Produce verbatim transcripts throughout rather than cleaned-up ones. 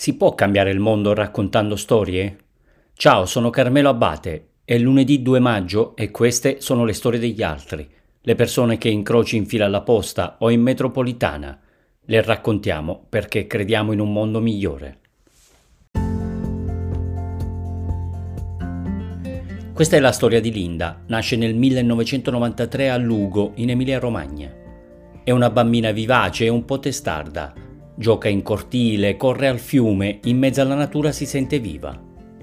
Si può cambiare il mondo raccontando storie? Ciao, sono Carmelo Abate, è lunedì due maggio e queste sono le storie degli altri, le persone che incroci in fila alla posta o in metropolitana. Le raccontiamo perché crediamo in un mondo migliore. Questa è la storia di Linda, nasce nel millenovecentonovantatré a Lugo, in Emilia-Romagna. È una bambina vivace e un po' testarda. Gioca in cortile, corre al fiume, in mezzo alla natura si sente viva.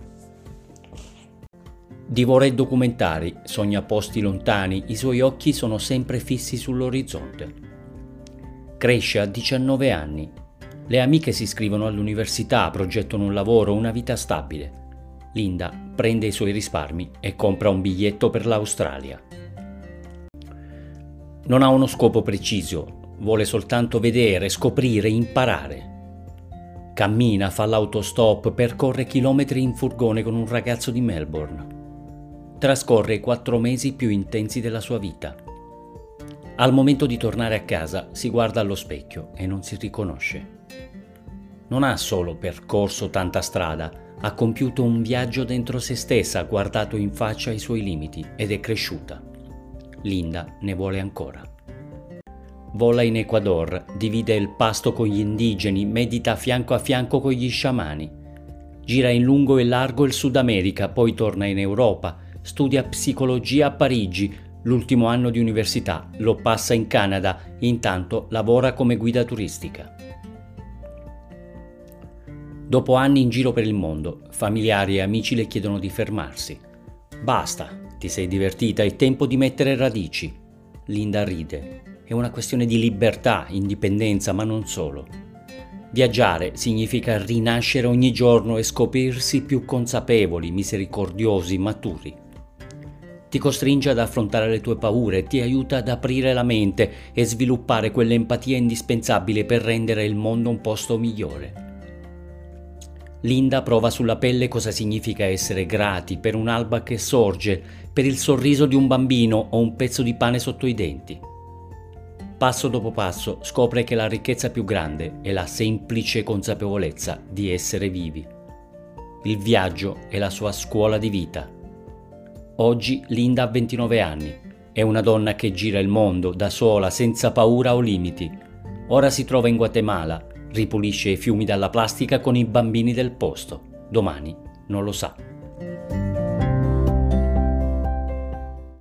Divora i documentari, sogna posti lontani, i suoi occhi sono sempre fissi sull'orizzonte. Cresce a diciannove anni. Le amiche si iscrivono all'università, progettano un lavoro, una vita stabile. Linda prende i suoi risparmi e compra un biglietto per l'Australia. Non ha uno scopo preciso. Vuole soltanto vedere, scoprire, imparare. Cammina, fa l'autostop, percorre chilometri in furgone con un ragazzo di Melbourne. Trascorre i quattro mesi più intensi della sua vita. Al momento di tornare a casa si guarda allo specchio e non si riconosce. Non ha solo percorso tanta strada, ha compiuto un viaggio dentro se stessa, ha guardato in faccia i suoi limiti ed è cresciuta. Linda ne vuole ancora. Vola in Ecuador, divide il pasto con gli indigeni, medita fianco a fianco con gli sciamani. Gira in lungo e largo il Sud America, poi torna in Europa, studia psicologia a Parigi, l'ultimo anno di università lo passa in Canada, intanto lavora come guida turistica. Dopo anni in giro per il mondo, familiari e amici le chiedono di fermarsi. Basta, ti sei divertita, è tempo di mettere radici. Linda ride. È una questione di libertà, indipendenza, ma non solo. Viaggiare significa rinascere ogni giorno e scoprirsi più consapevoli, misericordiosi, maturi. Ti costringe ad affrontare le tue paure, ti aiuta ad aprire la mente e sviluppare quell'empatia indispensabile per rendere il mondo un posto migliore. Linda prova sulla pelle cosa significa essere grati per un'alba che sorge, per il sorriso di un bambino o un pezzo di pane sotto i denti. Passo dopo passo scopre che la ricchezza più grande è la semplice consapevolezza di essere vivi. Il viaggio è la sua scuola di vita. Oggi Linda ha ventinove anni, è una donna che gira il mondo da sola, senza paura o limiti. Ora si trova in Guatemala, ripulisce i fiumi dalla plastica con i bambini del posto. Domani non lo sa.